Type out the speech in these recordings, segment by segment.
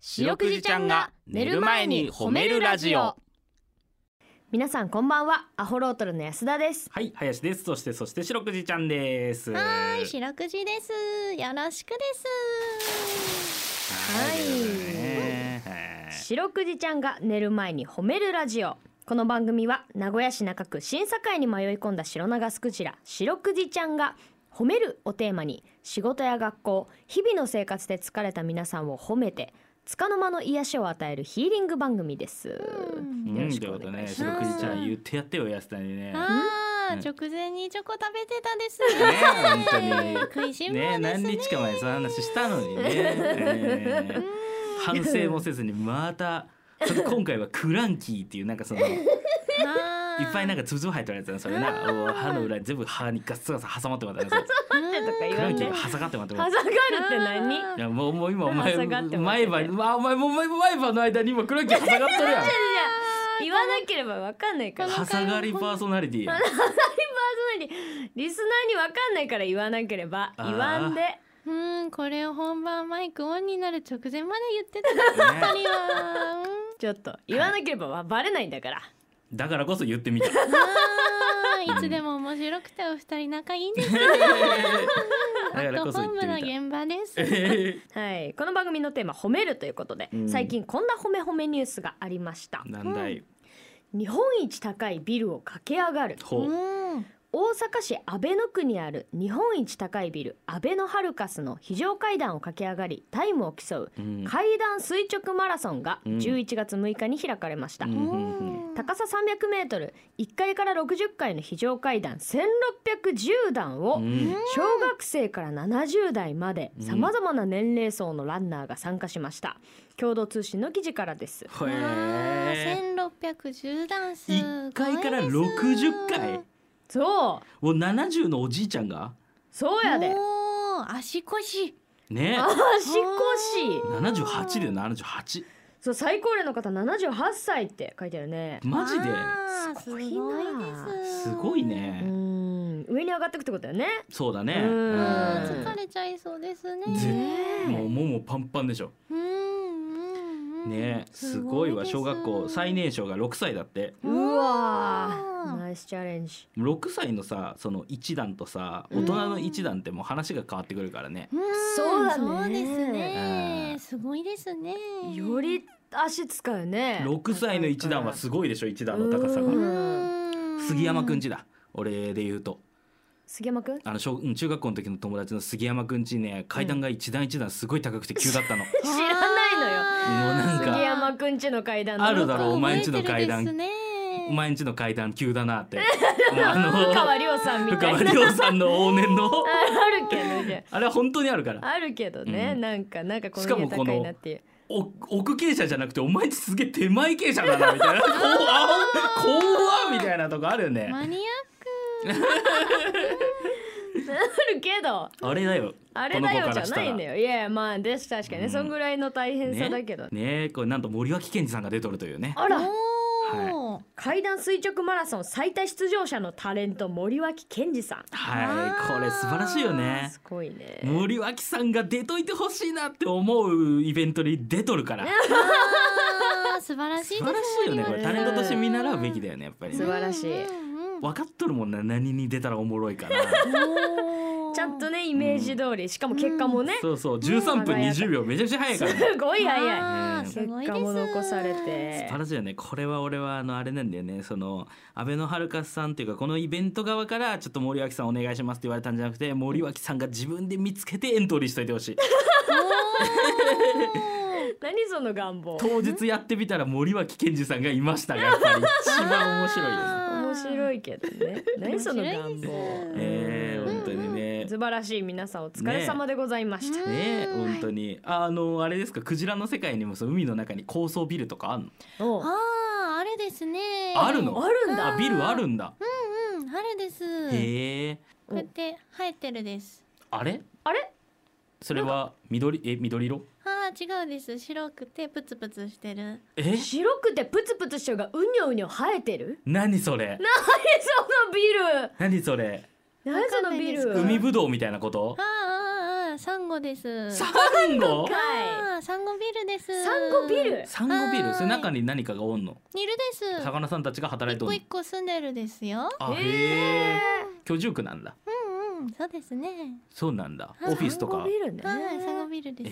白くじちゃんが寝る前に褒めるラジオ。 皆さんこんばんは。アホロートルの安田です。 はい、林です。そして白くじちゃんです。 はい、白くじです。よろしくです。 はい、白くじちゃんが寝る前に褒めるラジオ。この番組は名古屋市中区審査会に迷い込んだ白長スクジラ白くじちゃんが褒めるをテーマに、仕事や学校、日々の生活で疲れた皆さんを褒めて束の間の癒しを与えるヒーリング番組です。よろしくお願いします。 白くじちゃん言ってやってよ、安田にね。 直前にチョコ食べてたですね。本当に食いしん坊ですね。 何日か前その話したのにね。反省もせずにまた今回はクランキーっていうなんかそのいっぱいなんか粒々入ってるやつだね、それな。歯の裏に全部歯にガッサガサ挟まってまったね。 挟まってとか言わんで。 クランキーが挟がってまって。 挟がるって何？ いやもう今お前挟がってます毎晩お前もう毎晩の間に今クランキー挟がっとるやん。 言わなければ分かんないから。 挟がりパーソナリティやん。 挟がりパーソナリティ、リスナーに分かんないから言わなければ。言わんで。 これを本番マイクオンになる直前まで言ってた本当には。 ちょっと言わなければバレないんだから。 だからこそ言ってみた。 いつでも面白くてお二人仲いいんです。 だからこそ言ってみた。 ホームの現場です。 はい、この番組のテーマ褒めるということで、最近こんな褒めニュースがありました。 なんだい。 日本一高いビルを駆け上がる。大阪市阿倍野区にある日本一高いビルアベノハルカスの非常階段を駆け上がりタイムを競う階段垂直マラソンが11月6日に開かれました。高さ300メートル、1階から60階の非常階段1610段を小学生から70代までさまざまな年齢層のランナーが参加しました。共同通信の記事からです。 1610段数 1階から60階。 そう 70のおじいちゃんが。 そうやで。 足腰ね。 足腰 78で78。 そう、最高齢の方78歳って書いてあるね。 マジで。 すごいです。 すごいね。 上に上がってくってことだよね。 そうだね。 疲れちゃいそうですね。 もうももパンパンでしょ。ね、すごいわ。小学校最年少が6歳だって。 うわ、ナイスチャレンジ。 6歳のさ、その1段とさ、大人の1段ってもう話が変わってくるからね。 そうだね。 そうですね。すごいですね。 より足使うね。 6歳の1段はすごいでしょ。1段の高さが。杉山くんちだ。俺で言うと。 杉山くん？ 中学校の時の友達の杉山くんちね、階段が一段一段すごい高くて急だったの。 知らないのよ。 もうなんか杉山くんちの階段あるだろう。お前んちの階段。お前んちの階段急だなって。 深川亮さんみたいな。 深川亮さんの往年の。 あるけどね。 あれは本当にあるから。 あるけどね。なんかこの家高いなっていう。 奥傾斜じゃなくてお前んちすげえ手前傾斜だなみたいな。怖みたいなとこあるよね。 マニアック。 あるけどあれだよ。 あれだよじゃないんだよ。いやまあ確かにね、そんぐらいの大変さだけどね。これなんと森脇健児さんが出とるというね。 あら、階段垂直マラソン最多出場者のタレント森脇健児さん。 はい、これ素晴らしいよね。 すごいね。 森脇さんが出といてほしいなって思うイベントに出とるから。 素晴らしいです。 素晴らしいよね。これタレントとして見習うべきだよね、やっぱりね。 素晴らしい。 分かっとるもんな、何に出たらおもろいかな。 ちゃんとねイメージ通り、しかも結果もね。 そうそう、13分20秒めちゃくちゃ早いから。 すごい早い。 結結果も残されて。 素晴らしいよね。これは俺はあれなんだよね。そのアベノハルカスさんっていうかこのイベント側からちょっと森脇さんお願いしますって言われたんじゃなくて、森脇さんが自分で見つけてエントリーしといてほしい。 何その願望。 当日やってみたら森脇健児さんがいましたがやっぱり一番面白いです。 面白いけどね。何その願望。 本当にね。 素晴らしい。皆さんお疲れ様でございましたね。本当にあれですか、クジラの世界にもそう海の中に高層ビルとかあるの？ あれですね。 あるの？ あるんだ。 ビルあるんだ。 あるです。 へえ。 こうやって生えてるです。 あれそれは緑色？ 違うです。白くてプツプツしてる。 白くてプツプツしてるがうにょうにょ生えてる？ 何それ？ 何そのビル？ 何それ？ 何そのビル？ 海ぶどうみたいなこと？ サンゴです。 サンゴ？ サンゴビルです。 サンゴビル。 サンゴビル。それ中に何かがおんの？ いるです。 魚さんたちが働いてるの。 一個一個住んでるですよ。 あ、へえ。居住区なんだ。 そうですね。 そうなんだ。オフィスとか。 サンゴビルね。 サンゴビルです。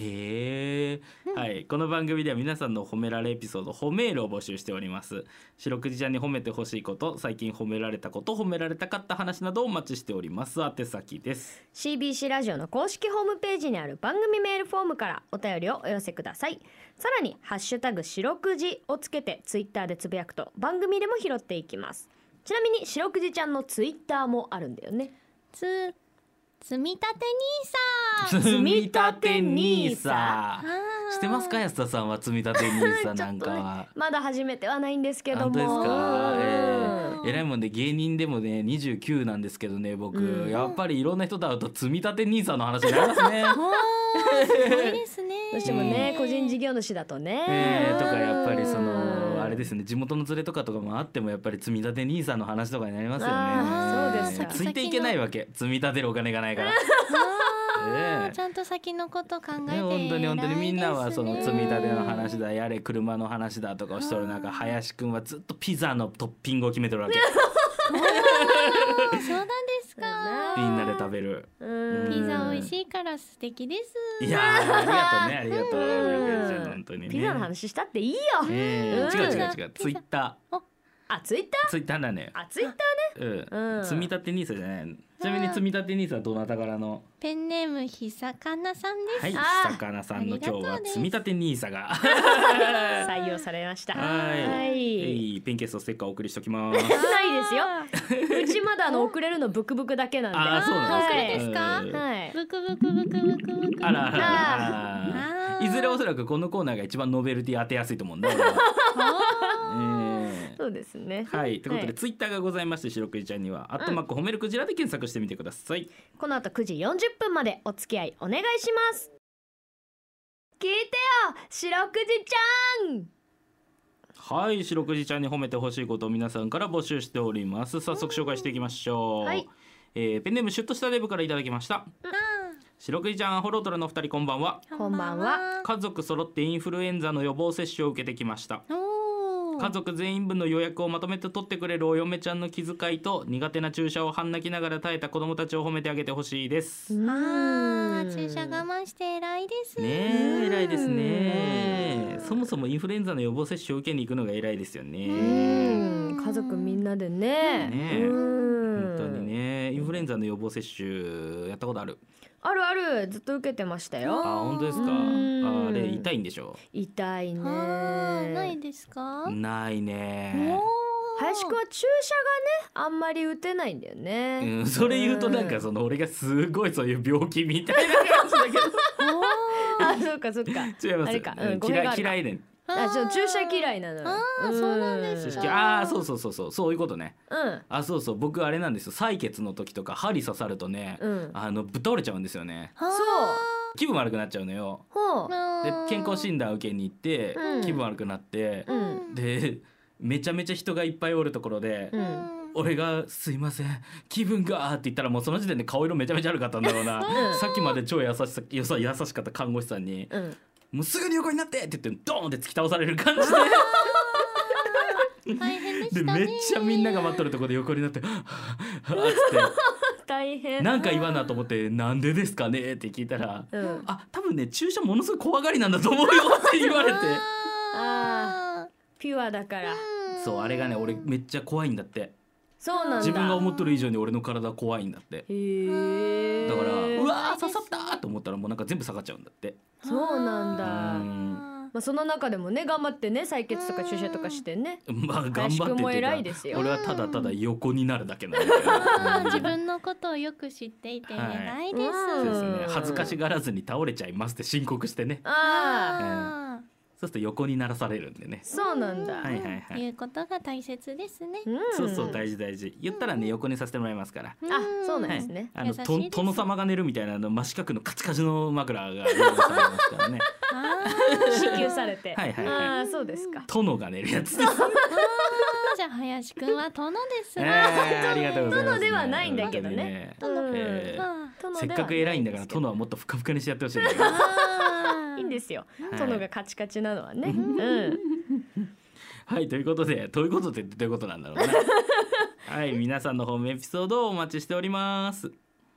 はい、この番組では皆さんの褒められエピソード、褒めールを募集しております。白くじちゃんに褒めてほしいこと、最近褒められたこと、褒められたかった話などをお待ちしております。宛先です。 CBC ラジオの公式ホームページにある番組メールフォームからお便りをお寄せください。さらにハッシュタグ白くじをつけてツイッターでつぶやくと番組でも拾っていきます。ちなみに白くじちゃんのツイッターもあるんだよね。 積み立てNISA。 積み立てNISAしてますか、安田さんは。積み立てNISAなんかはまだ始めてはないんですけども。 本当ですか？えらいもんで芸人でもね29なんですけどね、僕、やっぱりいろんな人と会うと積み立てNISAの話になりますね。 すごいですね。 どうしてもね、個人事業主だとね、 とかやっぱりそのあれですね、地元の連れとかもあってもやっぱり積み立てNISAの話とかになりますよね。 そうですか。 ついていけないわけ、積み立てるお金がないから。 ちゃんと先のこと考えて、 本当にみんなはその積み立ての話だ、やれ車の話だとかをしとる中、林くんはずっとピザのトッピングを決めてるわけ。 そうなんですか。 みんなで食べるピザ美味しいから素敵です。 いやありがとうね、ありがとう。本当にね、 ピザの話したっていいよ。 違うツイッター。 ツイッター？ ツイッターだね。 ツイッターね。 積み立てNISAじゃない。ちなみに積み立てNISAはどなたからの？ ペンネームひさかなさんです。 はい、ひさかなさんの今日は積み立てNISAが採用されました。 はい。ペンケースとステッカーお送りしておきます。 ないですよ。うちまだ送れるのブクブクだけなんで。 あ、そうなんですか？ はい。 ブクブクブクブクブク。 あら。いずれおそらくこのコーナーが一番ノベルティ当てやすいと思うんだ。 そうですね。 はい、ということでツイッターがございまして、白くじちゃんにはアットマーク褒めるクジラで検索してみてください。 この後9時40分までお付き合いお願いします。聞いてよ、白くじちゃん。 はい、白くじちゃんに褒めてほしいことを皆さんから募集しております。早速紹介していきましょう。はい。ペンネームシュッとしたデブからいただきました。白くじちゃん、ホロトラの2人こんばんは。 こんばんは。 家族揃ってインフルエンザの予防接種を受けてきました。家族全員分の予約をまとめて取ってくれるお嫁ちゃんの気遣いと、苦手な注射を半泣きながら耐えた子供たちを褒めてあげてほしいです。 注射我慢して偉いですね。偉いですね。そもそもインフルエンザの予防接種を受けに行くのが偉いですよね。 家族みんなでね。 本当にね。インフルエンザの予防接種やったことある？ あるある、ずっと受けてましたよ。 あ、本当ですか？あれ痛いんでしょ？ 痛いね。 ないですか？ ないね。 林くんは注射がねあんまり打てないんだよね。 それ言うとなんかその俺がすごいそういう病気みたいな感じだけど。 あ、そうかそうか。 違います。嫌いねん。 注射嫌いなの。 そうなんですか。 そういうことね。そう、僕あれなんですよ。採血の時とか針刺さるとね、ぶっ倒れちゃうんですよね。 そう。 気分悪くなっちゃうのよ。で健康診断受けに行って気分悪くなって、でめちゃめちゃ人がいっぱいおるところで、俺がすいません気分がって言ったらもうその時点で顔色めちゃめちゃ悪かったんだろうな。さっきまで超優しかった看護師さんに、もうすぐに横になってって言ってドーンって突き倒される感じで大変でしたね。 めっちゃみんなが待っとるところで横になってはぁって大変。 なんか言わなと思ってなんでですかねって聞いたら、多分ね注射ものすごい怖がりなんだと思うよって言われてピュアだから。 そう、あれがね俺めっちゃ怖いんだって。 そうなんだ。 自分が思っとる以上に俺の体怖いんだって。だからうわー刺さったと思ったらもうなんか全部下がっちゃうんだって。 そうなんだ。その中でもね頑張ってね採血とか注射とかしてね。 頑張ってっても偉いですよ。 俺はただただ横になるだけなんだ。 自分のことをよく知っていて偉いです。 そうですね。恥ずかしがらずに倒れちゃいますって申告してね。そうすると横にならされるんでね。 そうなんだ。 いうことが大切ですね。 そう大事。言ったらね横にさせてもらいますから。 そうなんですね。 殿様が寝るみたいな真四角のカチカチの枕が用意されますからね。 支給されて。そうですか。 殿が寝るやつです。 じゃあ林くんは殿です。 ありがとうございます。 殿ではないんだけどね。 せっかく偉いんだから殿はもっとふかふかにしてやってほしいんだけどいいんですよ、 はい殿がカチカチなのはね、うん、 はいということでどういうことなんだろうなはい皆さんのホームエピソードをお待ちしております。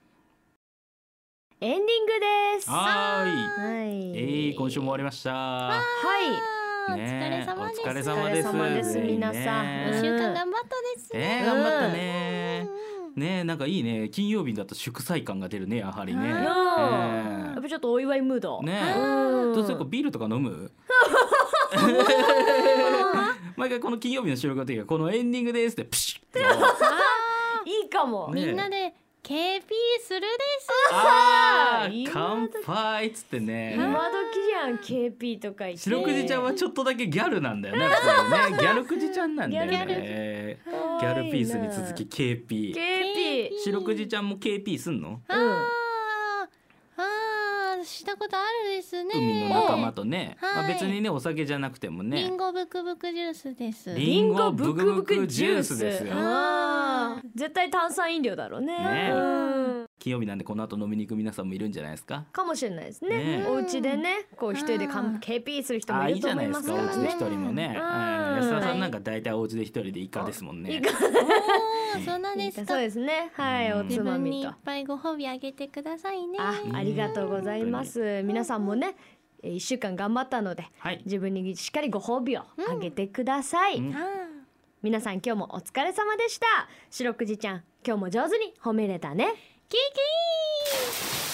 エンディングです。 ははいい、今週も終わりました。 はいお疲れ様です。 お疲れ様です。 お疲れ様です皆さん 1週間頑張ったです頑張ったね。ねなんかいいね、金曜日だと祝祭感が出るね、やはりね。 やっぱちょっとお祝いムードねどうせビールとか飲む毎回この金曜日の収録の時はこのエンディングですってプシッいいかも、 みんなで KP するです。 乾杯っつってね。 今時じゃん KP とか言って。 白くじちゃんはちょっとだけギャルなんだよね、やっぱりね。ギャルくじちゃんなんだよね。ギャルピースに続き KP。白くじちゃんも KP すんの？ したことあるですね。 海の仲間とね、別にねお酒じゃなくてもね。 リンゴブクブクジュースです。 リンゴブクブクジュースですよ。 絶対炭酸飲料だろうね。 金曜日なんでこの後飲みに行く皆さんもいるんじゃないですか。 かもしれないですね。お家でね、こう一人でKP する人もいると思いますからね。 いいじゃないですか、お家で一人もね。安田さんなんか大体お家で一人でイカですもんね。 そうなんですか。 そうですね。はい、おつまみと。 自分にいっぱいご褒美あげてくださいね。 ありがとうございます。皆さんもね、1週間頑張ったので、自分にしっかりご褒美をあげてください。皆さん今日もお疲れ様でした。白くじちゃん、今日も上手に褒めれたね。 キキー